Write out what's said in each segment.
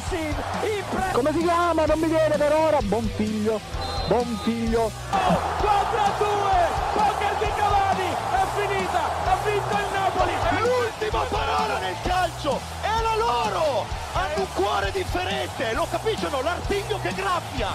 pressing, come si chiama? Non mi viene per ora. Buon figlio. 4-2, poker di Cavani, è finita, ha vinto il Napoli. È l'ultima parola nel calcio, è la loro. Hanno un cuore differente, lo capiscono, l'artiglio che graffia.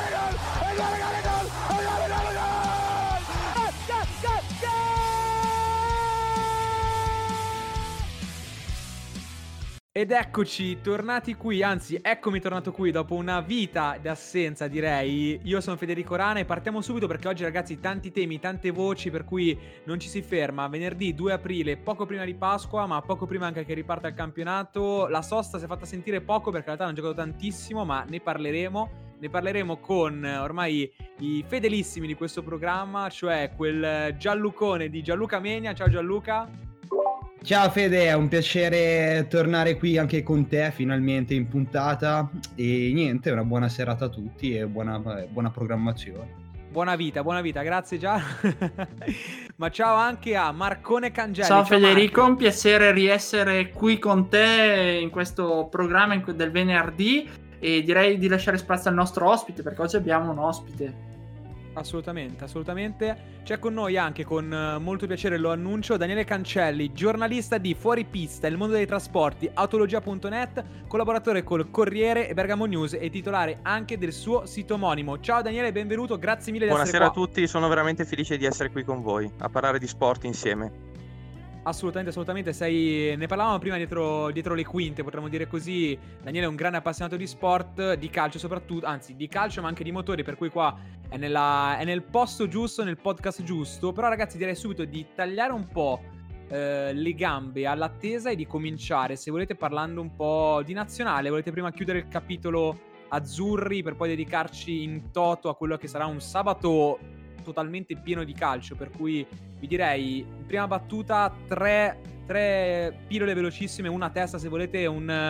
Ed eccoci, tornati qui, anzi eccomi tornato qui dopo una vita d'assenza, direi. Io sono Federico Rana e partiamo subito perché oggi, ragazzi, tanti temi, tante voci, per cui non ci si ferma. Venerdì 2 aprile, poco prima di Pasqua, ma poco prima anche che riparta il campionato. La sosta si è fatta sentire poco perché in realtà hanno giocato tantissimo, ma ne parleremo. Ne parleremo con ormai i fedelissimi di questo programma, cioè quel Gianlucone di Gianluca Menia. Ciao Gianluca. Ciao Fede, è un piacere tornare qui anche con te finalmente in puntata e niente, una buona serata a tutti e buona programmazione. Buona vita, grazie già. Ma ciao anche a Marcone Cangelli. Ciao Federico, Marco. Un piacere riessere qui con te in questo programma del venerdì e direi di lasciare spazio al nostro ospite perché oggi abbiamo un ospite. Assolutamente. C'è con noi anche, con molto piacere lo annuncio, Daniele Cancelli, giornalista di Fuori Pista, Il Mondo dei Trasporti, Autologia.net, collaboratore col Corriere e Bergamo News e titolare anche del suo sito omonimo. Ciao Daniele, benvenuto, grazie mille di essere qua. Buonasera a tutti, sono veramente felice di essere qui con voi a parlare di sport insieme. Assolutamente, ne parlavamo prima dietro le quinte, potremmo dire così. Daniele è un grande appassionato di sport, di calcio soprattutto, anzi di calcio ma anche di motori, per cui qua è nel posto giusto, nel podcast giusto. Però ragazzi, direi subito di tagliare un po' le gambe all'attesa e di cominciare, se volete, parlando un po' di nazionale. Volete prima chiudere il capitolo azzurri per poi dedicarci in toto a quello che sarà un sabato totalmente pieno di calcio, per cui vi direi in prima battuta tre pillole velocissime, una a testa se volete,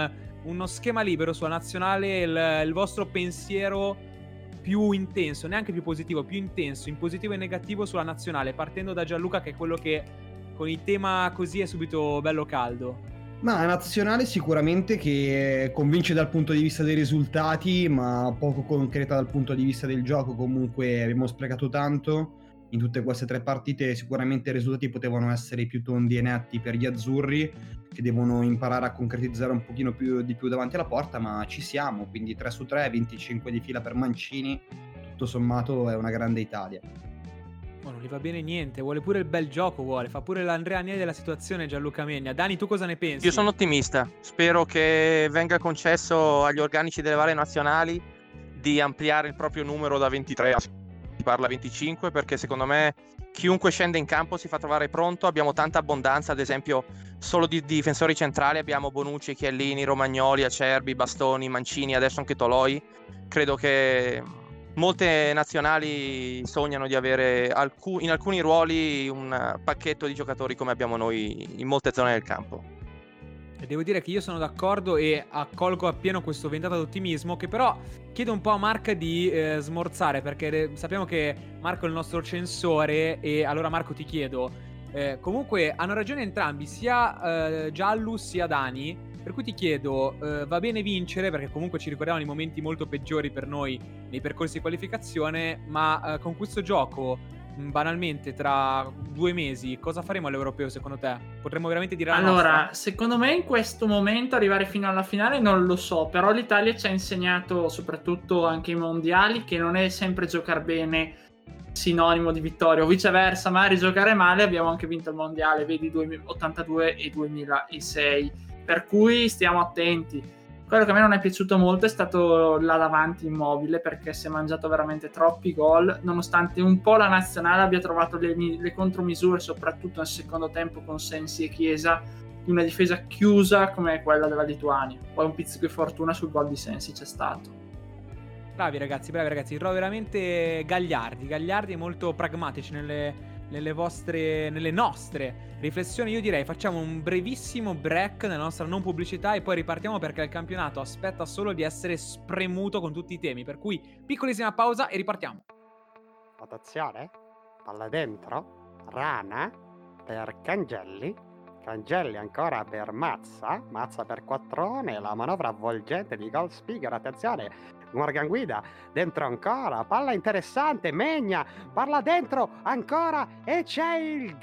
uno schema libero sulla nazionale, il vostro pensiero più intenso, neanche più positivo, più intenso, in positivo e negativo sulla nazionale, partendo da Gianluca che è quello che con il tema così è subito bello caldo. Ma la nazionale sicuramente che convince dal punto di vista dei risultati, ma poco concreta dal punto di vista del gioco. Comunque abbiamo sprecato tanto in tutte queste 3 partite. Sicuramente i risultati potevano essere più tondi e netti per gli azzurri, che devono imparare a concretizzare un pochino di più davanti alla porta, ma ci siamo, quindi 3 su 3, 25 di fila per Mancini, tutto sommato è una grande Italia. Non gli va bene niente, vuole pure il bel gioco, fa pure l'Andrea Agnelli della situazione Gianluca Menia. Dani, tu cosa ne pensi? Io sono ottimista, spero che venga concesso agli organici delle varie nazionali di ampliare il proprio numero da 23 a si parla 25, perché secondo me chiunque scende in campo si fa trovare pronto. Abbiamo tanta abbondanza, ad esempio solo di difensori centrali abbiamo Bonucci, Chiellini, Romagnoli, Acerbi, Bastoni, Mancini, adesso anche Toloi. Credo che molte nazionali sognano di avere in alcuni ruoli un pacchetto di giocatori come abbiamo noi in molte zone del campo. E devo dire che io sono d'accordo e accolgo appieno questo ventato d'ottimismo, che però chiedo un po' a Marco di smorzare, perché sappiamo che Marco è il nostro censore. E allora Marco ti chiedo, comunque hanno ragione entrambi, sia Giallu sia Dani, per cui ti chiedo, va bene vincere perché comunque ci ricordiamo i momenti molto peggiori per noi nei percorsi di qualificazione, ma con questo gioco banalmente tra 2 mesi cosa faremo all'Europeo secondo te? Potremmo veramente dire la allora, nostra? Secondo me in questo momento arrivare fino alla finale non lo so, però l'Italia ci ha insegnato, soprattutto anche i mondiali, che non è sempre giocare bene sinonimo di vittoria, o viceversa, magari giocare male. Abbiamo anche vinto il mondiale, vedi 82 e 2006, per cui stiamo attenti. Quello che a me non è piaciuto molto è stato là davanti Immobile, perché si è mangiato veramente troppi gol, nonostante un po' la nazionale abbia trovato le contromisure, soprattutto nel secondo tempo con Sensi e Chiesa, di una difesa chiusa come quella della Lituania. Poi un pizzico di fortuna sul gol di Sensi c'è stato. Bravi ragazzi, trovo veramente gagliardi e molto pragmatici nelle nostre riflessioni. Io direi facciamo un brevissimo break nella nostra non pubblicità e poi ripartiamo, perché il campionato aspetta solo di essere spremuto con tutti i temi, per cui piccolissima pausa e ripartiamo. Votazione? Palla dentro? Rana? Per Cangelli? Cangelli ancora per Mazza per Quattrone, la manovra avvolgente di Goldspiegel, attenzione, Morgan Guida, dentro ancora, palla interessante, Megna, parla dentro ancora e c'è il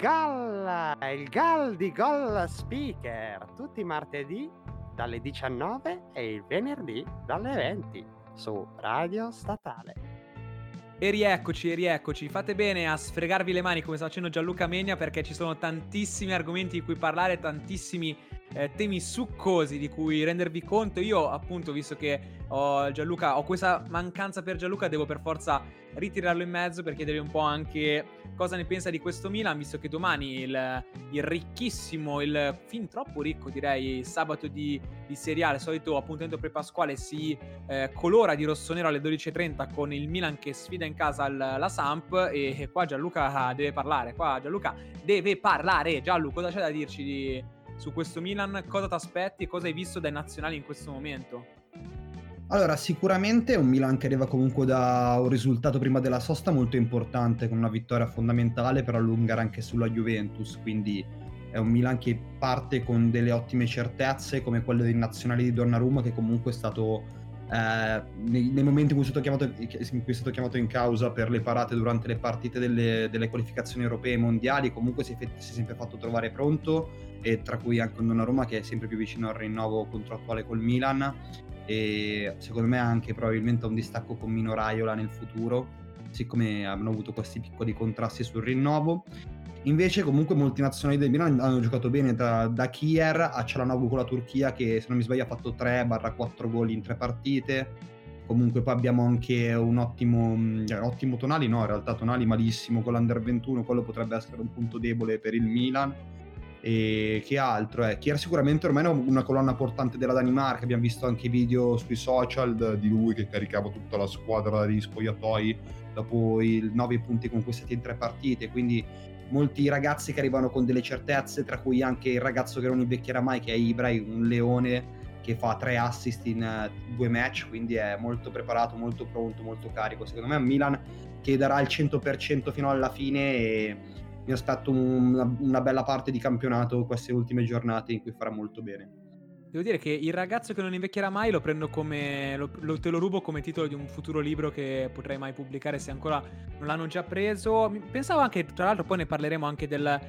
gol di Goldspiegel, tutti i martedì dalle 19 e il venerdì dalle 20 su Radio Statale. E rieccoci, fate bene a sfregarvi le mani come sta facendo Gianluca Megna, perché ci sono tantissimi argomenti di cui parlare, tantissimi temi succosi di cui rendervi conto. Io appunto, visto che ho questa mancanza per Gianluca, devo per forza ritirarlo in mezzo per chiedergli un po' anche cosa ne pensa di questo Milan, visto che domani il ricchissimo, il fin troppo ricco direi, sabato di Serie A, il solito appuntamento pre-pasquale, si colora di rossonero alle 12:30 con il Milan che sfida in casa la Samp, e qua Gianluca deve parlare. Gianluca, cosa c'è da dirci su questo Milan? Cosa ti aspetti e cosa hai visto dai nazionali in questo momento? Allora, sicuramente è un Milan che arriva comunque da un risultato prima della sosta molto importante, con una vittoria fondamentale per allungare anche sulla Juventus, quindi è un Milan che parte con delle ottime certezze come quelle dei nazionali di Donnarumma, che comunque è stato nei momenti in cui è stato chiamato in causa per le parate durante le partite delle qualificazioni europee e mondiali, comunque si è sempre fatto trovare pronto, e tra cui anche un Donnarumma che è sempre più vicino al rinnovo contrattuale col Milan, e secondo me anche probabilmente un distacco con Mino Raiola nel futuro, siccome hanno avuto questi piccoli contrasti sul rinnovo. Invece comunque molti nazionali del Milan hanno giocato bene, da Kier a Çalhanoğlu con la Turchia, che se non mi sbaglio ha fatto 3/4 gol in 3 partite. Comunque poi abbiamo anche un ottimo Tonali, no, in realtà Tonali malissimo con l'Under 21, quello potrebbe essere un punto debole per il Milan. E che altro è? Kier sicuramente ormai è una colonna portante della Danimarca, abbiamo visto anche video sui social di lui che caricava tutta la squadra di spogliatoi dopo i 9 punti conquistati in 3 partite, quindi molti ragazzi che arrivano con delle certezze, tra cui anche il ragazzo che non invecchierà mai, che è Ibra, un leone che fa 3 assist in 2 match, quindi è molto preparato, molto pronto, molto carico. Secondo me è un Milan che darà il 100% fino alla fine, e mi aspetto una bella parte di campionato queste ultime giornate in cui farà molto bene. Devo dire che il ragazzo che non invecchierà mai lo prendo come te lo rubo come titolo di un futuro libro che potrei mai pubblicare, se ancora non l'hanno già preso. Pensavo anche, tra l'altro poi ne parleremo anche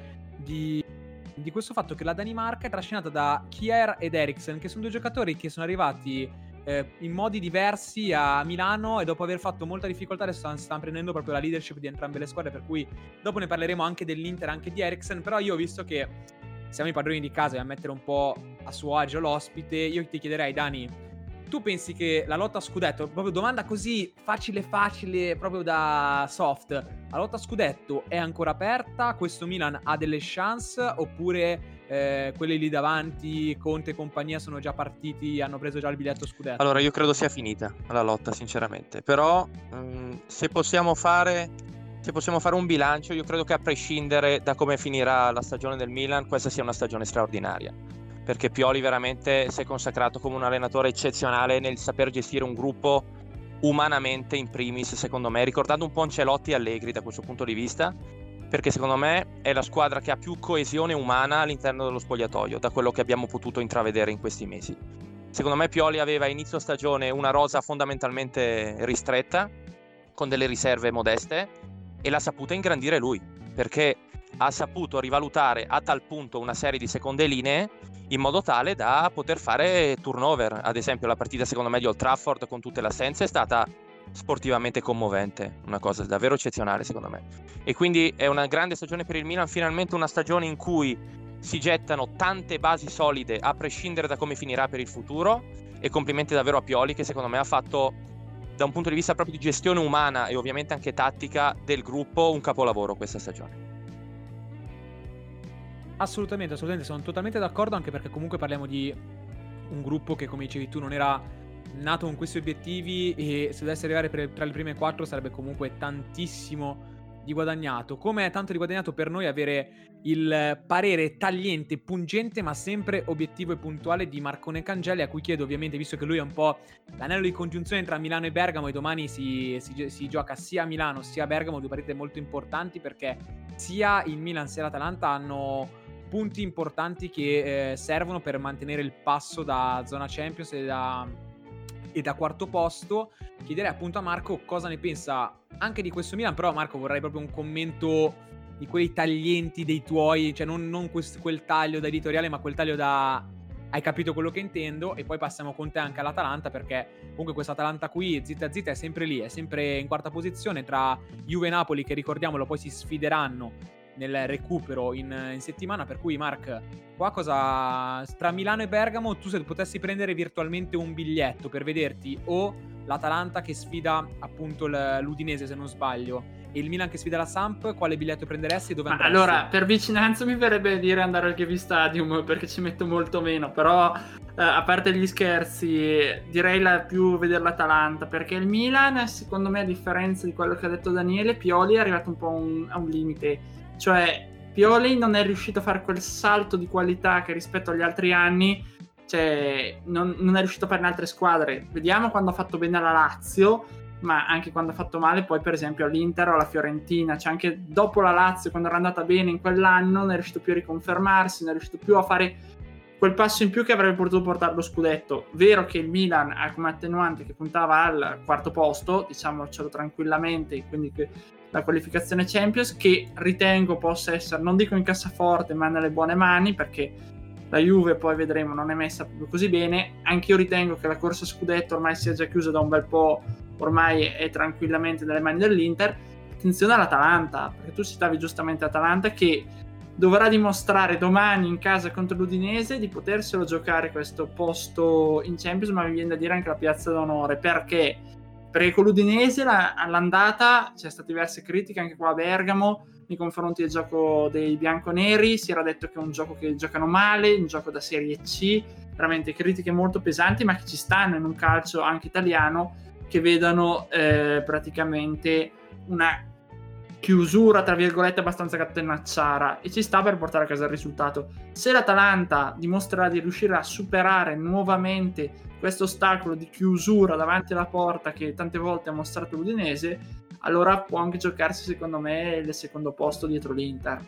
di questo fatto che la Danimarca è trascinata da Kier ed Eriksen, che sono 2 giocatori che sono arrivati in modi diversi a Milano, e dopo aver fatto molta difficoltà adesso stanno prendendo proprio la leadership di entrambe le squadre, per cui dopo ne parleremo anche dell'Inter, anche di Eriksen. Però io, visto che siamo i padroni di casa e a mettere un po' a suo agio l'ospite, io ti chiederei, Dani, tu pensi che la lotta a scudetto, proprio domanda così facile, proprio da soft, la lotta a scudetto è ancora aperta? Questo Milan ha delle chance, oppure quelli lì davanti, Conte e compagnia, sono già partiti, hanno preso già il biglietto scudetto? Allora, io credo sia finita la lotta, sinceramente, però se possiamo fare un bilancio, io credo che a prescindere da come finirà la stagione del Milan, questa sia una stagione straordinaria, perché Pioli veramente si è consacrato come un allenatore eccezionale nel saper gestire un gruppo umanamente in primis, secondo me, ricordando un po' Ancelotti e Allegri da questo punto di vista, perché secondo me è la squadra che ha più coesione umana all'interno dello spogliatoio, da quello che abbiamo potuto intravedere in questi mesi. Secondo me Pioli aveva a inizio stagione una rosa fondamentalmente ristretta, con delle riserve modeste, e l'ha saputa ingrandire lui, perché ha saputo rivalutare a tal punto una serie di seconde linee in modo tale da poter fare turnover. Ad esempio la partita secondo me di Old Trafford, con tutte le assenze, è stata sportivamente commovente, una cosa davvero eccezionale secondo me, e quindi è una grande stagione per il Milan, finalmente una stagione in cui si gettano tante basi solide a prescindere da come finirà per il futuro, e complimenti davvero a Pioli, che secondo me ha fatto, da un punto di vista proprio di gestione umana e ovviamente anche tattica del gruppo, un capolavoro questa stagione. Assolutamente, sono totalmente d'accordo, anche perché comunque parliamo di un gruppo che, come dicevi tu, non era nato con questi obiettivi, e se dovesse arrivare tra le prime 4 sarebbe comunque tantissimo di guadagnato. Come è tanto di guadagnato per noi avere il parere tagliente, pungente, ma sempre obiettivo e puntuale di Marcone Cangelli, a cui chiedo ovviamente, visto che lui è un po' l'anello di congiunzione tra Milano e Bergamo, e domani si gioca sia a Milano sia a Bergamo, 2 partite molto importanti, perché sia il Milan sia l'Atalanta hanno punti importanti che servono per mantenere il passo da zona Champions e da quarto posto. Chiederei appunto a Marco cosa ne pensa anche di questo Milan, però Marco vorrei proprio un commento di quei taglienti dei tuoi, cioè non quel taglio da editoriale, ma quel taglio da hai capito quello che intendo. E poi passiamo con te anche all'Atalanta, perché comunque questa Atalanta qui zitta zitta è sempre lì, è sempre in quarta posizione tra Juve e Napoli, che ricordiamolo poi si sfideranno nel recupero in settimana. Per cui Mark, qua cosa tra Milano e Bergamo, tu se potessi prendere virtualmente un biglietto per vederti o l'Atalanta che sfida appunto l'Udinese se non sbaglio e il Milan che sfida la Samp, quale biglietto prenderesti e dove andresti? Allora, per vicinanza mi verrebbe dire andare al Gavi Stadium, perché ci metto molto meno, però a parte gli scherzi direi più vedere l'Atalanta, perché il Milan, secondo me, a differenza di quello che ha detto Daniele, Pioli è arrivato un po' a un limite, cioè Pioli non è riuscito a fare quel salto di qualità che rispetto agli altri anni, cioè non è riuscito a fare in altre squadre. Vediamo quando ha fatto bene alla Lazio, ma anche quando ha fatto male poi per esempio all'Inter o alla Fiorentina, cioè anche dopo la Lazio, quando era andata bene in quell'anno, non è riuscito più a riconfermarsi, non è riuscito più a fare quel passo in più che avrebbe potuto portare lo scudetto. Vero che il Milan ha come attenuante che puntava al quarto posto, diciamocelo tranquillamente, quindi la qualificazione Champions, che ritengo possa essere, non dico in cassaforte, ma nelle buone mani, perché la Juve poi vedremo non è messa proprio così bene. Anche io ritengo che la corsa scudetto ormai sia già chiusa da un bel po', ormai è tranquillamente nelle mani dell'Inter. Attenzione all'Atalanta, perché tu citavi giustamente Atalanta, che dovrà dimostrare domani in casa contro l'Udinese di poterselo giocare questo posto in Champions, ma mi viene da dire anche la piazza d'onore. Perché con l'Udinese all'andata c'è state diverse critiche anche qua a Bergamo nei confronti del gioco dei bianconeri, si era detto che è un gioco che giocano male, un gioco da Serie C, veramente critiche molto pesanti, ma che ci stanno in un calcio anche italiano, che vedono praticamente una chiusura tra virgolette abbastanza catenacciara, e ci sta per portare a casa il risultato. Se l'Atalanta dimostrerà di riuscire a superare nuovamente questo ostacolo di chiusura davanti alla porta che tante volte ha mostrato l'Udinese, allora può anche giocarsi secondo me il secondo posto dietro l'Inter.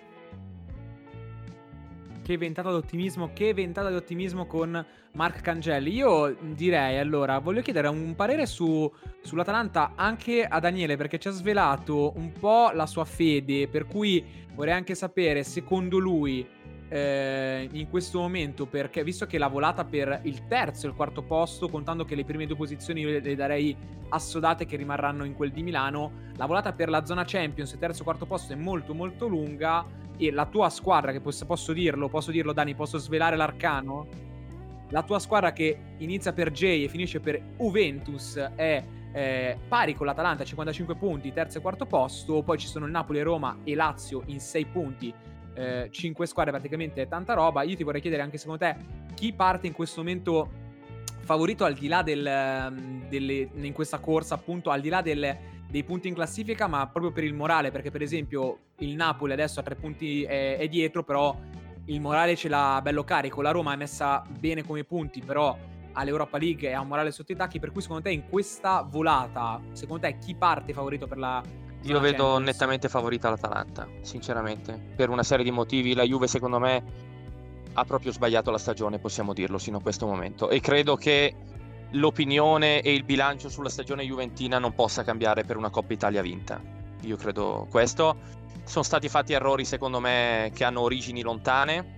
Che ventata d'ottimismo con Mark Cangelli. Io direi, allora, voglio chiedere un parere sull'Atalanta anche a Daniele, perché ci ha svelato un po' la sua fede, per cui vorrei anche sapere, secondo lui, in questo momento, perché visto che la volata per il terzo e il quarto posto, contando che le prime due posizioni io le darei assodate che rimarranno in quel di Milano, la volata per la zona Champions, terzo e quarto posto, è molto molto lunga. E la tua squadra, che posso dirlo Dani, posso svelare l'arcano? La tua squadra che inizia per J e finisce per Juventus è pari con l'Atalanta, 55 punti, terzo e quarto posto. Poi ci sono il Napoli, Roma e Lazio in 6 punti, 5 squadre, praticamente tanta roba. Io ti vorrei chiedere anche secondo te chi parte in questo momento favorito, al di là in questa corsa, appunto, al di là dei punti in classifica, ma proprio per il morale, perché per esempio il Napoli adesso a 3 punti è dietro, però il morale ce l'ha bello carico. La Roma è messa bene come punti, però all'Europa League e ha un morale sotto i tacchi. Per cui secondo te in questa volata, secondo te chi parte favorito per la Io vedo nettamente favorita l'Atalanta, sinceramente, per una serie di motivi. La Juve secondo me ha proprio sbagliato la stagione, possiamo dirlo sino a questo momento, e credo che l'opinione e il bilancio sulla stagione juventina non possa cambiare per una Coppa Italia vinta. Io credo questo. Sono stati fatti errori secondo me che hanno origini lontane.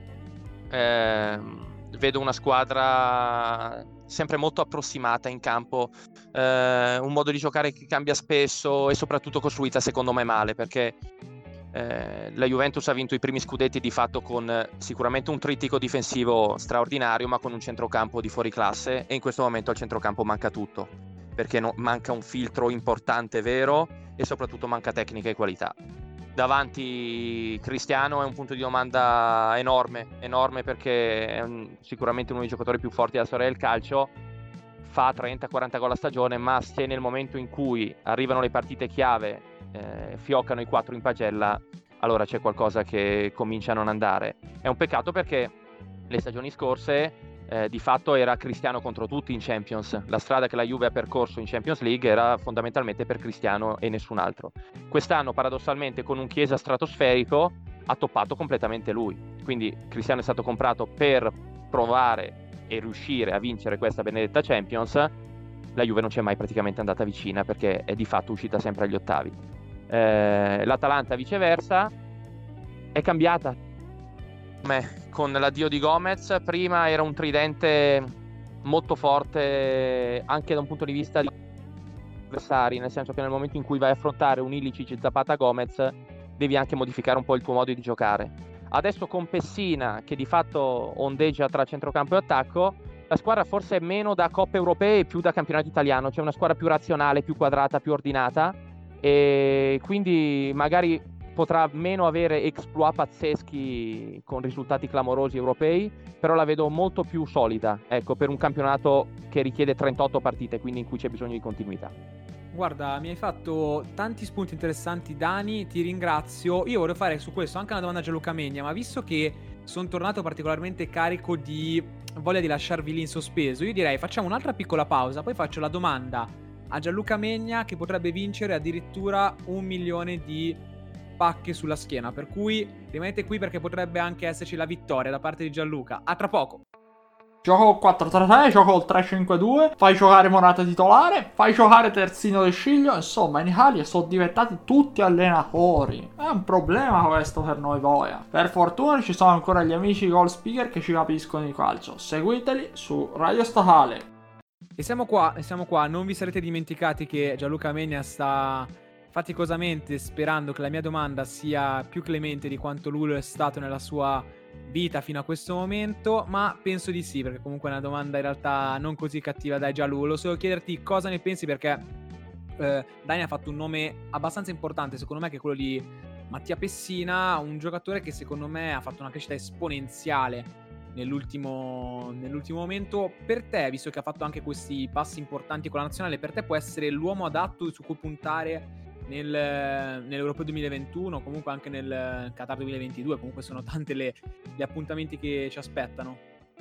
Vedo una squadra sempre molto approssimata in campo, un modo di giocare che cambia spesso e soprattutto costruita secondo me male, perché la Juventus ha vinto i primi scudetti di fatto con sicuramente un trittico difensivo straordinario, ma con un centrocampo di fuoriclasse, e in questo momento al centrocampo manca tutto, perché manca un filtro importante vero e soprattutto manca tecnica e qualità. Davanti Cristiano è un punto di domanda enorme, perché è sicuramente uno dei giocatori più forti della storia del calcio, fa 30-40 gol a stagione, ma se nel momento in cui arrivano le partite chiave fioccano i 4 in pagella, allora c'è qualcosa che comincia a non andare. È un peccato, perché le stagioni scorse di fatto era Cristiano contro tutti in Champions. La strada che la Juve ha percorso in Champions League era fondamentalmente per Cristiano e nessun altro. Quest'anno paradossalmente con un Chiesa stratosferico ha toppato completamente lui. Quindi Cristiano è stato comprato per provare e riuscire a vincere questa benedetta Champions. La Juve non c'è mai praticamente andata vicina, perché è di fatto uscita sempre agli ottavi. L'Atalanta viceversa è cambiata con l'addio di Gomez. Prima era un tridente molto forte anche da un punto di vista di avversari, nel senso che nel momento in cui vai a affrontare un Ilicic, Zapata, Gomez, devi anche modificare un po' il tuo modo di giocare. Adesso con Pessina, che di fatto ondeggia tra centrocampo e attacco, la squadra forse è meno da coppe europee e più da campionato italiano. C'è una squadra più razionale, più quadrata, più ordinata, e quindi magari potrà meno avere exploit pazzeschi con risultati clamorosi europei, però la vedo molto più solida, ecco, per un campionato che richiede 38 partite, quindi in cui c'è bisogno di continuità. Guarda, mi hai fatto tanti spunti interessanti, Dani, ti ringrazio. Io vorrei fare su questo anche una domanda a Gianluca Megna, ma visto che sono tornato particolarmente carico di voglia di lasciarvi lì in sospeso, io direi facciamo un'altra piccola pausa, poi faccio la domanda a Gianluca Megna, che potrebbe vincere addirittura 1 milione di pacche sulla schiena, per cui rimanete qui perché potrebbe anche esserci la vittoria da parte di Gianluca. A tra poco. Gioco 4-3-3, gioco il 3-5-2, fai giocare Morata titolare, fai giocare Terzino del Sciglio, insomma in Italia sono diventati tutti allenatori. È un problema questo per noi Voia. Per fortuna ci sono ancora gli amici Goal Speaker che ci capiscono di calcio. Seguiteli su Radio Statale. E siamo qua, non vi sarete dimenticati che Gianluca Megna sta faticosamente sperando che la mia domanda sia più clemente di quanto lui lo è stato nella sua vita fino a questo momento, ma penso di sì, perché comunque è una domanda in realtà non così cattiva. Dai Gianlu, volevo solo chiederti cosa ne pensi, perché Dani ha fatto un nome abbastanza importante secondo me, che è quello di Mattia Pessina, un giocatore che secondo me ha fatto una crescita esponenziale nell'ultimo momento. Per te, visto che ha fatto anche questi passi importanti con la nazionale, per te può essere l'uomo adatto su cui puntare nell'Europeo 2021, comunque anche nel Qatar 2022? Comunque sono tante gli appuntamenti che ci aspettano.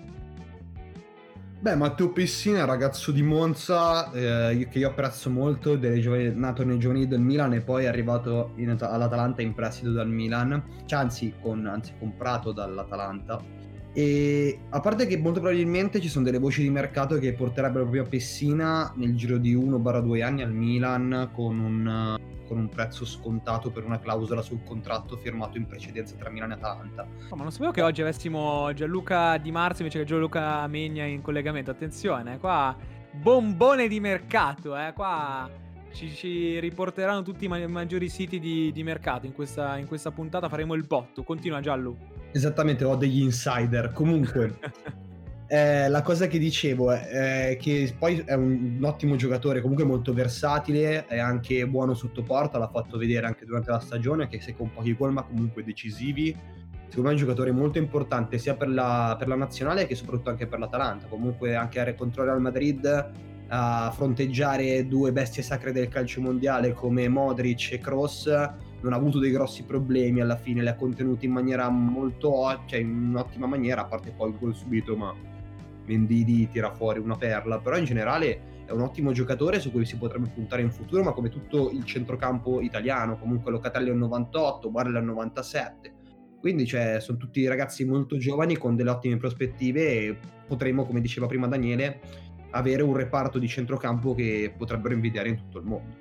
Beh, Matteo Pessina è un ragazzo di Monza che io apprezzo molto, nato nei giovanili del Milan e poi è arrivato all'Atalanta in prestito dal Milan, anzi comprato dall'Atalanta. E a parte che molto probabilmente ci sono delle voci di mercato che porterebbero proprio a Pessina nel giro di 1-2 anni al Milan con un prezzo scontato per una clausola sul contratto firmato in precedenza tra Milan e Atalanta. Oh, ma non sapevo che oggi avessimo Gianluca Di Marzio invece che Gianluca Megna in collegamento. Attenzione, qua bombone di mercato, qua ci riporteranno tutti i maggiori siti di mercato in questa puntata. Faremo il botto. Continua Gianlu. Esattamente, ho degli insider. Comunque la cosa che dicevo è che poi è un ottimo giocatore, comunque molto versatile, è anche buono sotto porta, l'ha fatto vedere anche durante la stagione, che se con pochi gol ma comunque decisivi. Secondo me è un giocatore molto importante sia per la nazionale che soprattutto anche per l'Atalanta. Comunque anche contro Real Madrid a fronteggiare due bestie sacre del calcio mondiale come Modric e Kroos non ha avuto dei grossi problemi, alla fine li ha contenuti in maniera in un'ottima maniera, a parte poi il gol subito, ma Mendy tira fuori una perla. Però in generale è un ottimo giocatore su cui si potrebbe puntare in futuro, ma come tutto il centrocampo italiano. Comunque Locatelli è un 98, Barella è un 97, quindi sono tutti ragazzi molto giovani con delle ottime prospettive e potremmo, come diceva prima Daniele, avere un reparto di centrocampo che potrebbero invidiare in tutto il mondo.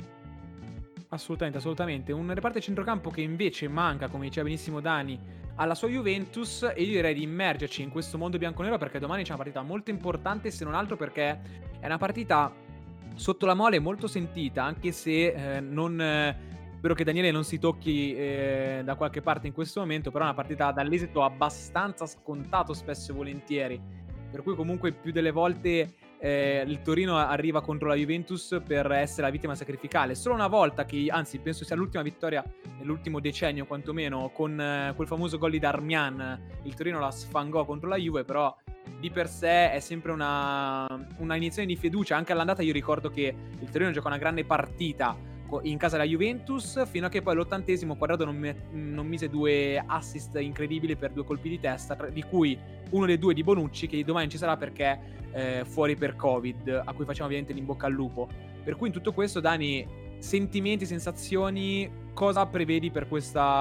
Assolutamente. Un reparto di centrocampo che invece manca, come diceva benissimo Dani, alla sua Juventus, e io direi di immergerci in questo mondo bianconero, perché domani c'è una partita molto importante, se non altro perché è una partita sotto la mole molto sentita, anche se spero che Daniele non si tocchi da qualche parte in questo momento, però è una partita dall'esito abbastanza scontato spesso e volentieri, per cui comunque più delle volte il Torino arriva contro la Juventus per essere la vittima sacrificale. Solo una volta, anzi penso sia l'ultima vittoria nell'ultimo decennio quantomeno, con quel famoso gol di Darmian, il Torino la sfangò contro la Juve, però di per sé è sempre una iniezione di fiducia. Anche all'andata io ricordo che il Torino giocò una grande partita in casa della Juventus, fino a che poi all'80° Quadrado non mise 2 assist incredibili per 2 colpi di testa, di cui uno dei 2 di Bonucci, che domani ci sarà perché fuori per Covid, a cui facciamo ovviamente l'in bocca al lupo. Per cui in tutto questo, Dani, sentimenti, sensazioni, cosa prevedi per questa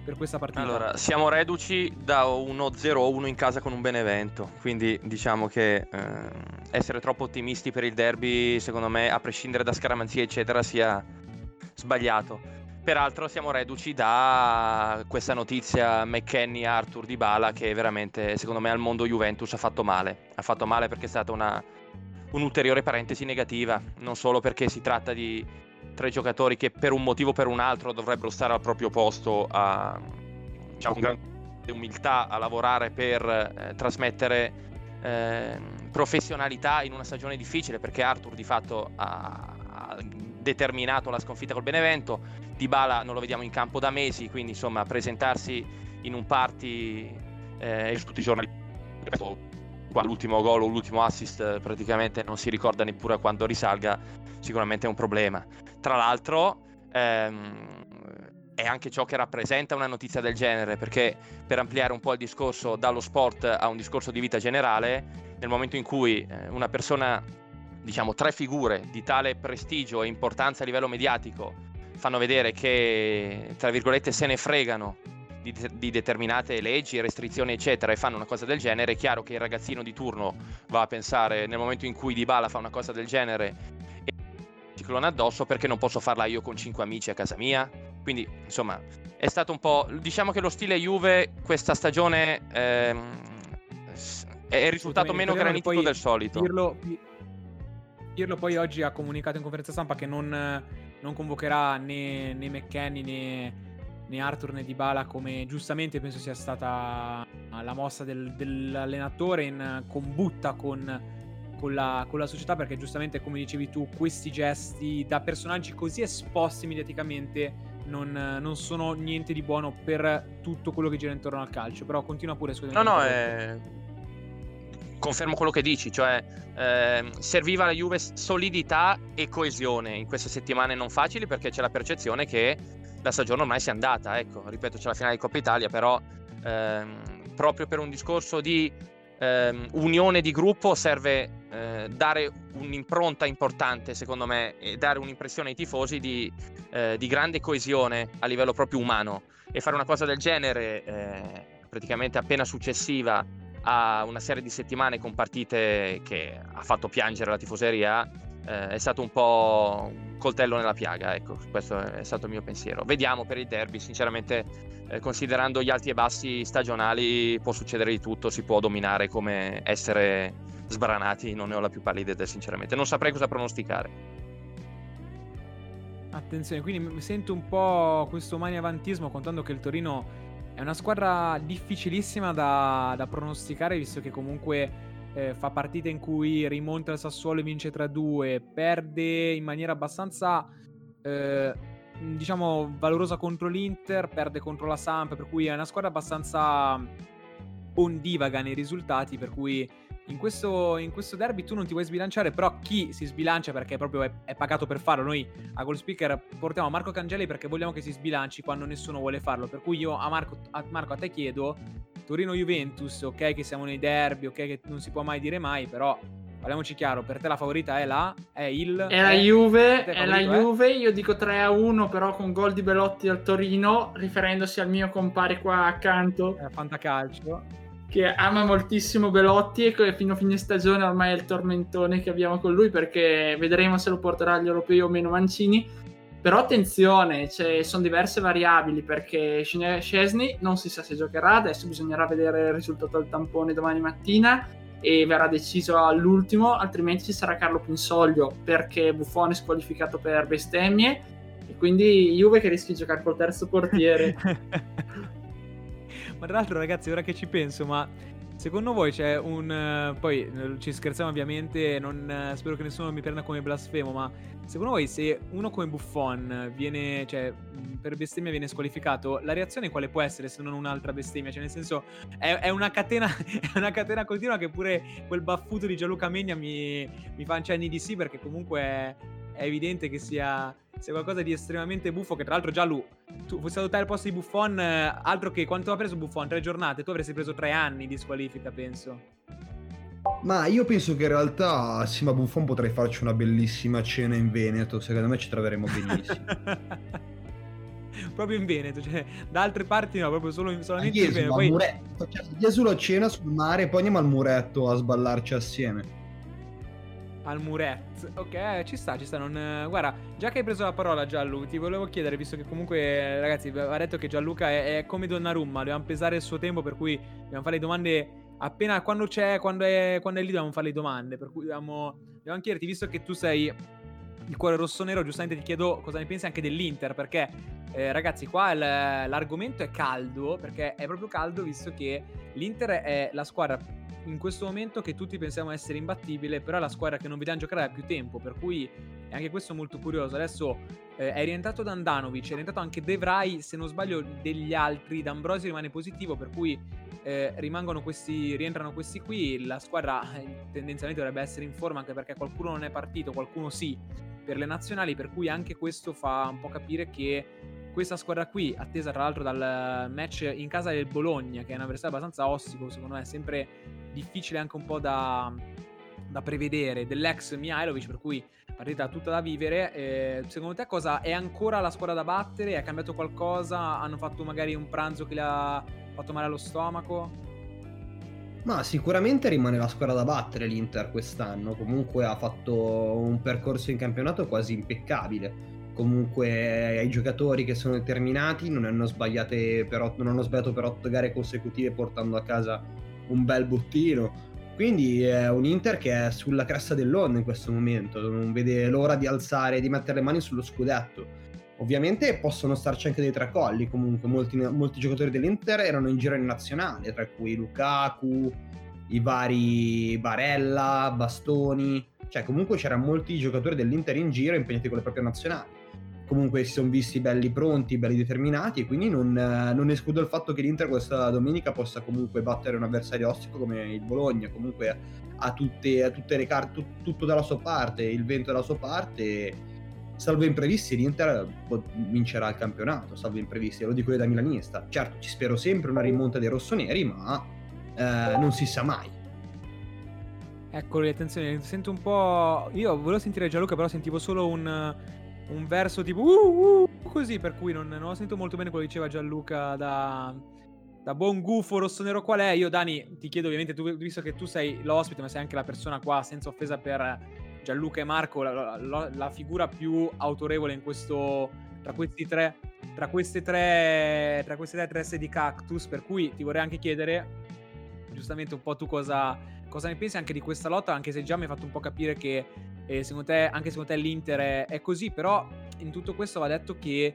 per questa partita? Allora, siamo reduci da uno 0-1 in casa con un Benevento, quindi diciamo che essere troppo ottimisti per il derby, secondo me, a prescindere da scaramanzie eccetera, sia sbagliato. Peraltro siamo reduci da questa notizia McKennie-Arthur Dybala che veramente, secondo me, al mondo Juventus ha fatto male. Ha fatto male perché è stata un'ulteriore parentesi negativa, non solo perché si tratta di 3 giocatori che per un motivo o per un altro dovrebbero stare al proprio posto diciamo, con grande umiltà a lavorare per trasmettere professionalità in una stagione difficile, perché Arthur di fatto ha determinato la sconfitta col Benevento. Dybala non lo vediamo in campo da mesi, quindi insomma presentarsi in un party tutti i giorni, qua l'ultimo gol o l'ultimo assist praticamente non si ricorda neppure a quando risalga, sicuramente è un problema. Tra l'altro è anche ciò che rappresenta una notizia del genere, perché per ampliare un po' il discorso dallo sport a un discorso di vita generale, nel momento in cui una persona, diciamo 3 figure di tale prestigio e importanza a livello mediatico fanno vedere che, tra virgolette, se ne fregano di determinate leggi, restrizioni eccetera, e fanno una cosa del genere, è chiaro che il ragazzino di turno va a pensare, nel momento in cui Dybala fa una cosa del genere, e ciclone addosso, perché non posso farla io con 5 amici a casa mia? Quindi insomma è stato un po', diciamo che lo stile Juve questa stagione è risultato meno granitico del solito. Pirlo poi oggi ha comunicato in conferenza stampa che non convocherà né McKennie né Arthur né Dybala, come giustamente penso sia stata la mossa dell'allenatore in combutta con la società, perché giustamente, come dicevi tu, questi gesti da personaggi così esposti mediaticamente non sono niente di buono per tutto quello che gira intorno al calcio. Però continua pure, scusami. Confermo quello che dici, cioè serviva alla Juve solidità e coesione in queste settimane non facili, perché c'è la percezione che la stagione ormai sia andata, ecco, ripeto, c'è la finale di Coppa Italia, però proprio per un discorso di unione di gruppo serve dare un'impronta importante, secondo me, e dare un'impressione ai tifosi di grande coesione a livello proprio umano, e fare una cosa del genere praticamente appena successiva a una serie di settimane con partite che ha fatto piangere la tifoseria è stato un po' un coltello nella piaga, ecco, questo è stato il mio pensiero. Vediamo per il derby, sinceramente, considerando gli alti e bassi stagionali può succedere di tutto, si può dominare come essere sbranati, non ne ho la più pallida idea, sinceramente non saprei cosa pronosticare. Attenzione, quindi mi sento un po' questo maniavantismo, contando che il Torino è una squadra difficilissima da pronosticare, visto che comunque fa partite in cui rimonta il Sassuolo e vince 3-2, perde in maniera abbastanza diciamo valorosa contro l'Inter, perde contro la Samp, per cui è una squadra abbastanza ondivaga nei risultati, per cui in questo derby tu non ti vuoi sbilanciare, però chi si sbilancia, perché proprio è pagato per farlo, noi a Goal Speaker portiamo Marco Cangelli perché vogliamo che si sbilanci quando nessuno vuole farlo, per cui io a Marco a te chiedo Torino-Juventus, ok che siamo nei derby, ok che non si può mai dire mai, però parliamoci chiaro, per te la favorita è la Juve, io dico 3-1 però con gol di Belotti al Torino, riferendosi al mio compare qua accanto, Fantacalcio, che ama moltissimo Belotti e che fino a fine stagione ormai è il tormentone che abbiamo con lui, perché vedremo se lo porterà agli europei o meno Mancini. Però attenzione, sono diverse variabili, perché Szczesny non si sa se giocherà, adesso bisognerà vedere il risultato al tampone domani mattina e verrà deciso all'ultimo, altrimenti ci sarà Carlo Pinsoglio, perché Buffon è squalificato per bestemmie e quindi Juve che rischia di giocare col terzo portiere. Ma tra l'altro, ragazzi, ora che ci penso, ma secondo voi c'è poi ci scherziamo ovviamente, spero che nessuno mi prenda come blasfemo, ma secondo voi se uno come Buffon viene, cioè per bestemmia viene squalificato, la reazione quale può essere se non un'altra bestemmia? Cioè nel senso è una catena è una catena continua, che pure quel baffuto di Gianluca Megna mi fa accenni di sì, perché comunque è evidente che sia qualcosa di estremamente buffo, che tra l'altro Gianlu, tu fossi stato te al posto di Buffon, altro che quanto ha preso Buffon? 3 giornate, tu avresti preso 3 anni di squalifica, penso. Ma io penso che in realtà assieme a Buffon potrei farci una bellissima cena in Veneto, secondo me ci troveremo benissimo. proprio in Veneto, cioè da altre parti no, proprio solamente in Gesù, Veneto. al Poi muretto, cioè, Gesù a cena sul mare, poi andiamo al muretto a sballarci assieme. al muret, ok, ci sta, non... Guarda, già che hai preso la parola Gianlu, ti volevo chiedere, visto che comunque, ragazzi, aveva detto che Gianluca è come Donnarumma, dobbiamo pesare il suo tempo, per cui dobbiamo fare le domande appena quando è lì dobbiamo fare le domande, per cui dobbiamo chiederti, visto che tu sei il cuore rossonero, giustamente ti chiedo cosa ne pensi anche dell'Inter, perché ragazzi qua l'argomento è caldo, perché è proprio caldo visto che l'Inter è la squadra in questo momento che tutti pensiamo essere imbattibile, però è la squadra che non vediamo giocare da più tempo, per cui è anche questo molto curioso. Adesso è rientrato Handanovic, è rientrato anche De Vrij, se non sbaglio degli altri, D'Ambrosio rimane positivo, per cui rientrano questi qui, la squadra tendenzialmente dovrebbe essere in forma, anche perché qualcuno non è partito, qualcuno sì per le nazionali, per cui anche questo fa un po' capire che questa squadra qui, attesa tra l'altro dal match in casa del Bologna, che è un avversario abbastanza ostico, secondo me è sempre difficile anche un po' da prevedere, dell'ex Mihajlovic, per cui partita tutta da vivere. Secondo te cosa è ancora la squadra da battere? È cambiato qualcosa? Hanno fatto magari un pranzo che le ha fatto male allo stomaco? Ma sicuramente rimane la squadra da battere l'Inter quest'anno, comunque ha fatto un percorso in campionato quasi impeccabile. Comunque ai giocatori che sono determinati non hanno sbagliato per 8 gare consecutive, portando a casa un bel bottino. Quindi è un Inter che è sulla cresta dell'onda in questo momento, non vede l'ora di alzare, di mettere le mani sullo scudetto. Ovviamente possono starci anche dei tracolli, comunque molti giocatori dell'Inter erano in giro in nazionale, tra cui Lukaku, i vari Barella, Bastoni, cioè comunque c'erano molti giocatori dell'Inter in giro impegnati con le proprie nazionali. Comunque si sono visti belli pronti, belli determinati, e quindi non escludo il fatto che l'Inter questa domenica possa comunque battere un avversario ostico come il Bologna. Comunque ha tutte le carte, tutto dalla sua parte, il vento dalla sua parte. Salvo imprevisti, l'Inter vincerà il campionato, salvo imprevisti, lo dico io da milanista. Certo, ci spero sempre una rimonta dei rossoneri, ma non si sa mai. Eccoli, attenzione, sento un po'... Io volevo sentire Gianluca, però sentivo solo un verso tipo così, per cui non ho sentito molto bene quello che diceva Gianluca da buon gufo rossonero qual è. Io Dani ti chiedo, ovviamente, tu, visto che tu sei l'ospite ma sei anche la persona qua, senza offesa per Gianluca e Marco, la figura più autorevole in questo tra queste tre teste di Cactus, per cui ti vorrei anche chiedere giustamente un po' tu cosa ne pensi anche di questa lotta, anche se già mi hai fatto un po' capire che secondo te l'Inter è così, però in tutto questo va detto che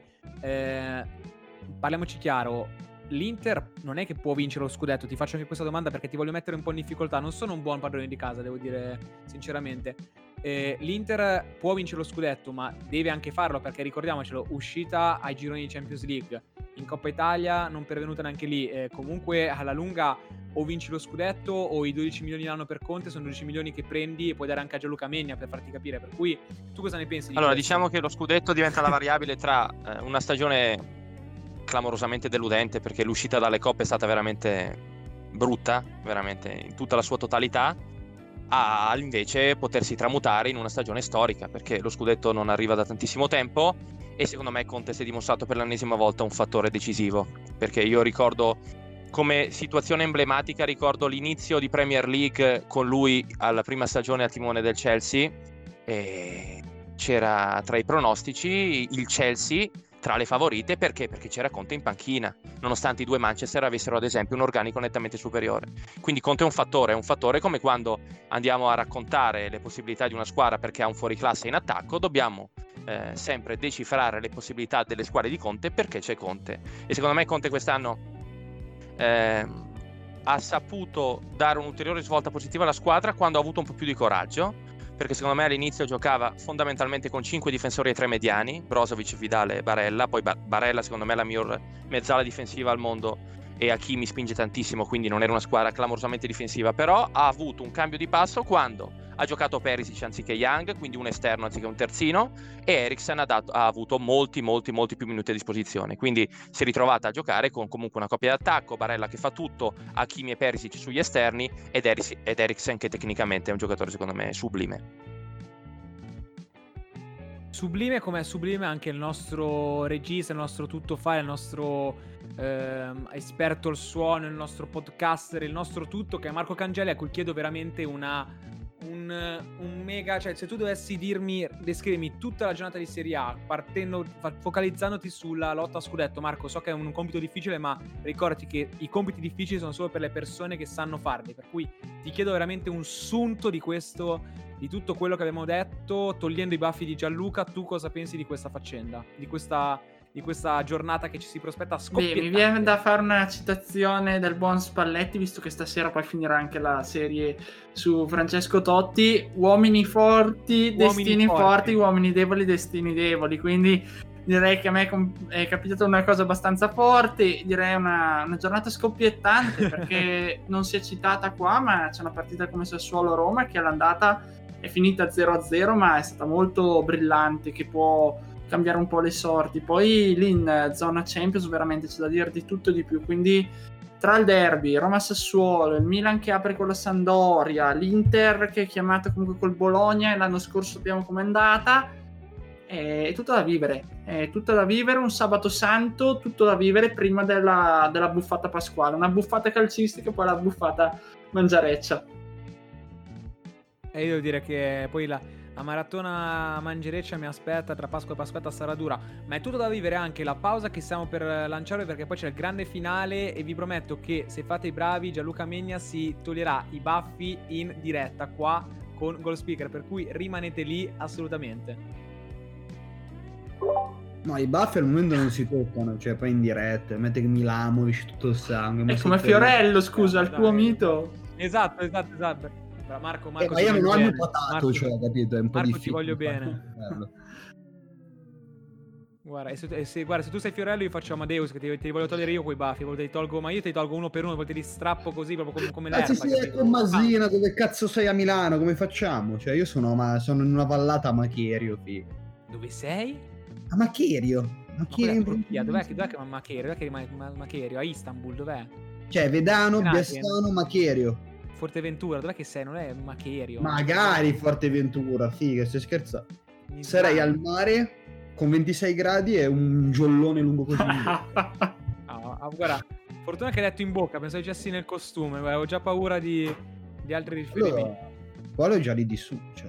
parliamoci chiaro, l'Inter non è che può vincere lo scudetto. Ti faccio anche questa domanda perché ti voglio mettere un po' in difficoltà. Non sono un buon padrone di casa, devo dire sinceramente. L'Inter può vincere lo scudetto, ma deve anche farlo, perché ricordiamocelo, uscita ai gironi di Champions League, in Coppa Italia non pervenuta neanche lì. Comunque alla lunga o vinci lo scudetto o i 12 milioni l'anno per Conte sono 12 milioni che prendi e puoi dare anche a Gianluca Megna, per farti capire. Per cui tu cosa ne pensi di allora questo? diciamo che lo scudetto diventa la variabile tra una stagione clamorosamente deludente, perché l'uscita dalle coppe è stata veramente brutta, veramente in tutta la sua totalità, a invece potersi tramutare in una stagione storica, perché lo scudetto non arriva da tantissimo tempo e secondo me Conte si è dimostrato per l'ennesima volta un fattore decisivo, perché io ricordo come situazione emblematica, ricordo l'inizio di Premier League con lui alla prima stagione a timone del Chelsea, e c'era tra i pronostici il Chelsea tra le favorite, perché c'era Conte in panchina, nonostante i due Manchester avessero ad esempio un organico nettamente superiore. Quindi Conte è un fattore come quando andiamo a raccontare le possibilità di una squadra perché ha un fuoriclasse in attacco, dobbiamo sempre decifrare le possibilità delle squadre di Conte perché c'è Conte. E secondo me Conte quest'anno ha saputo dare un'ulteriore svolta positiva alla squadra quando ha avuto un po' più di coraggio, perché secondo me all'inizio giocava fondamentalmente con 5 difensori e 3 mediani, Brozovic, Vidal e Barella. Poi Barella secondo me è la miglior mezzala difensiva al mondo e Hakimi spinge tantissimo, quindi non era una squadra clamorosamente difensiva, però ha avuto un cambio di passo quando ha giocato Perisic anziché Young, quindi un esterno anziché un terzino, e Eriksen ha avuto molti più minuti a disposizione, quindi si è ritrovata a giocare con comunque una coppia d'attacco, Barella che fa tutto, Hakimi e Perisic sugli esterni ed Eriksen che tecnicamente è un giocatore secondo me sublime. Sublime come è sublime anche il nostro regista, il nostro tuttofare, il nostro esperto al suono, il nostro podcaster, il nostro tutto, che è Marco Cangelli, a cui chiedo veramente un mega, cioè se tu dovessi descrivermi tutta la giornata di Serie A focalizzandoti sulla lotta a scudetto. Marco, so che è un compito difficile, ma ricordati che i compiti difficili sono solo per le persone che sanno farli, per cui ti chiedo veramente un sunto di tutto quello che abbiamo detto, togliendo i baffi di Gianluca. Tu cosa pensi di questa faccenda, di questa giornata che ci si prospetta scoppiettante? Mi viene da fare una citazione del buon Spalletti, visto che stasera poi finirà anche la serie su Francesco Totti: uomini forti, destini forti, uomini deboli, destini deboli. Quindi direi che a me è capitata una cosa abbastanza forte, direi una giornata scoppiettante, perché non si è citata qua, ma c'è una partita come Sassuolo-Roma che all'andata è finita 0-0, ma è stata molto brillante, che può cambiare un po' le sorti. Poi lì in zona Champions veramente c'è da dire di tutto e di più, quindi tra il derby, Roma-Sassuolo, il Milan che apre con la Sampdoria, l'Inter che è chiamata comunque col Bologna e l'anno scorso sappiamo com'è andata, è tutto da vivere, un sabato santo, tutto da vivere prima della buffata pasquale, una buffata calcistica e poi la buffata mangiareccia. E io devo dire che poi la maratona mangereccia mi aspetta, tra Pasqua e Pasquetta sarà dura, ma è tutto da vivere anche la pausa che stiamo per lanciare, perché poi c'è il grande finale e vi prometto che se fate i bravi Gianluca Megna si toglierà i baffi in diretta qua con Goal Speaker, per cui rimanete lì assolutamente. No, i baffi al momento non si toccano, cioè poi in diretta, mette che mi lamo, esce tutto il sangue. È come Fiorello, scusa, il tuo mito. Esatto. Marco ma io non ho annupatato, cioè, capito? È un po' Marco, difficile. ti voglio bene. Guarda, se tu sei Fiorello, io faccio Amadeus, che ti voglio togliere io quei baffi, te li tolgo, ma io te li tolgo uno per uno, poi te li strappo così, proprio come l'erba. Sì, è con Masina, dove cazzo sei a Milano? Come facciamo? Cioè, io sono in una vallata a Macherio, figo. Dove sei? A Macherio. Dov'è che è Macherio? Dov'è che rimane Macherio? A Istanbul, dov'è? Cioè, Vedano, Biastano, Macherio. Forteventura, dov'è che sei? Non è Macherio? Magari Forteventura, figa, stai scherzando. Sarei al mare con 26 gradi e un giоllone lungo così. Guarda, fortuna che hai detto in bocca, pensavo dicessi nel costume, avevo già paura di altri riferimenti. Quello è già lì di su, cioè.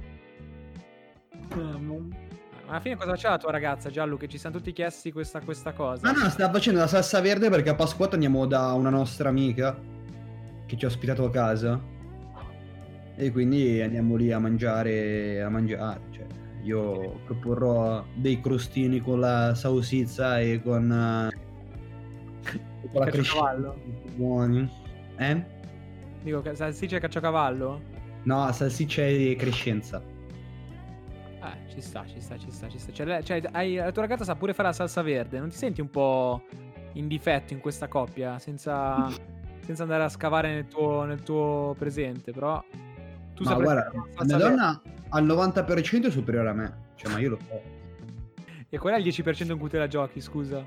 Ma alla fine cosa faceva la tua ragazza, Gianlu, che ci siamo tutti chiesti questa cosa? No, stava facendo la salsa verde perché a Pasquetta andiamo da una nostra amica che ci ha ospitato a casa e quindi andiamo lì a mangiare, cioè io proporrò dei crostini con la salsiccia e con la caciocavallo buoni. Dico, salsiccia e caciocavallo? No, salsiccia e crescenza. Ci sta. Cioè, la tua ragazza sa pure fare la salsa verde. Non ti senti un po' in difetto in questa coppia? Senza andare a scavare nel tuo presente, però tu ma guarda, la mia donna al 90% è superiore a me, cioè, ma io lo so. E qual è il 10% in cui te la giochi, scusa?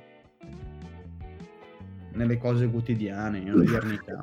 Nelle cose quotidiane, nella diernità.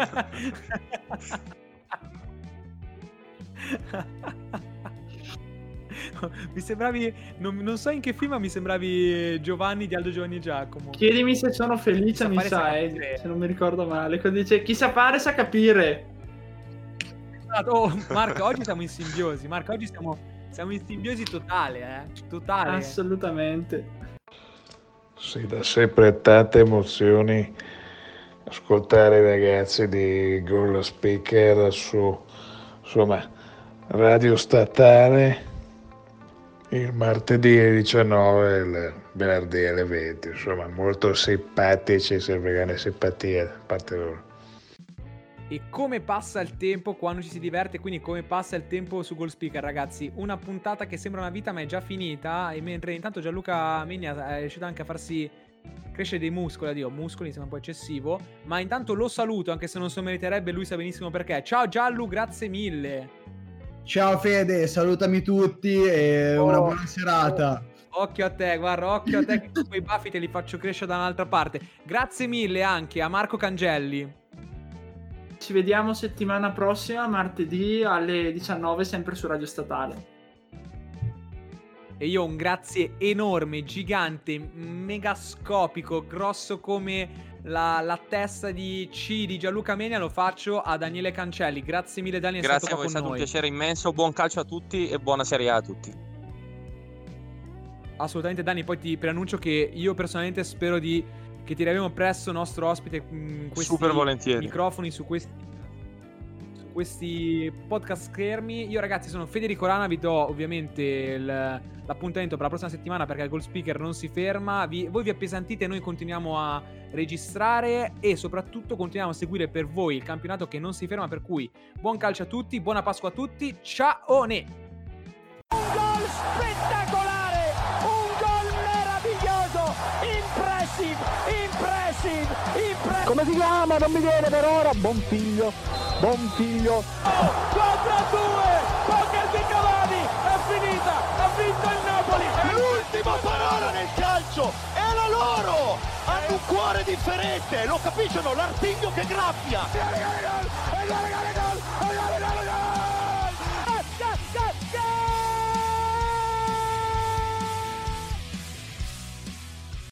Mi sembravi, non so in che film, ma mi sembravi Giovanni di Aldo Giovanni e Giacomo. Chiedimi se sono felice, mi sa, se non mi ricordo male. Cosa dice? Chi sa fare sa capire. Oh, Marco, oggi siamo in simbiosi. Marco, oggi siamo in simbiosi totale, totale. Assolutamente. Sì, dà sempre tante emozioni ascoltare i ragazzi di Goal Speaker su insomma radio statale il martedì alle 19 e il venerdì alle 20, insomma molto simpatici, sempre grande simpatia da parte loro. E come passa il tempo quando ci si diverte, quindi come passa il tempo su Goal Speaker, ragazzi. Una puntata che sembra una vita ma è già finita, e mentre intanto Gianluca Megna è riuscito anche a farsi crescere dei muscoli, addio, muscoli sembra un po' eccessivo, ma intanto lo saluto, anche se non se lo meriterebbe, lui sa benissimo perché. Ciao Gianlu, grazie mille. Ciao Fede, salutami tutti e una buona serata. Occhio a te, guarda, occhio a te che quei baffi te li faccio crescere da un'altra parte. Grazie mille anche a Marco Cangelli. Ci vediamo settimana prossima, martedì alle 19, sempre su Radio Statale. E io un grazie enorme, gigante, megascopico, grosso come la testa di Gianluca Menia lo faccio a Daniele Cancelli. Grazie mille Dani, è Grazie stato a voi, è qua stato con un noi. piacere immenso, buon calcio a tutti e buona Serie A a tutti. Assolutamente Dani, poi ti preannuncio che io personalmente spero che ti avremo presto nostro ospite in questi Super volentieri. microfoni, su questi podcast schermi. Io ragazzi sono Federico Rana, vi do ovviamente l'appuntamento per la prossima settimana perché il Goal Speaker non si ferma, voi vi appesantite, noi continuiamo a registrare e soprattutto continuiamo a seguire per voi il campionato che non si ferma, per cui buon calcio a tutti, buona Pasqua a tutti, ciao ne! Un gol spettacolare, un gol meraviglioso, impressive. Come si chiama? Non mi viene per ora. Buon figlio. 4-2, poker di Cavani, è finita, ha vinto il Napoli. L'ultima parola nel calcio è la loro. Hanno un cuore differente, lo capiscono, l'artiglio che graffia.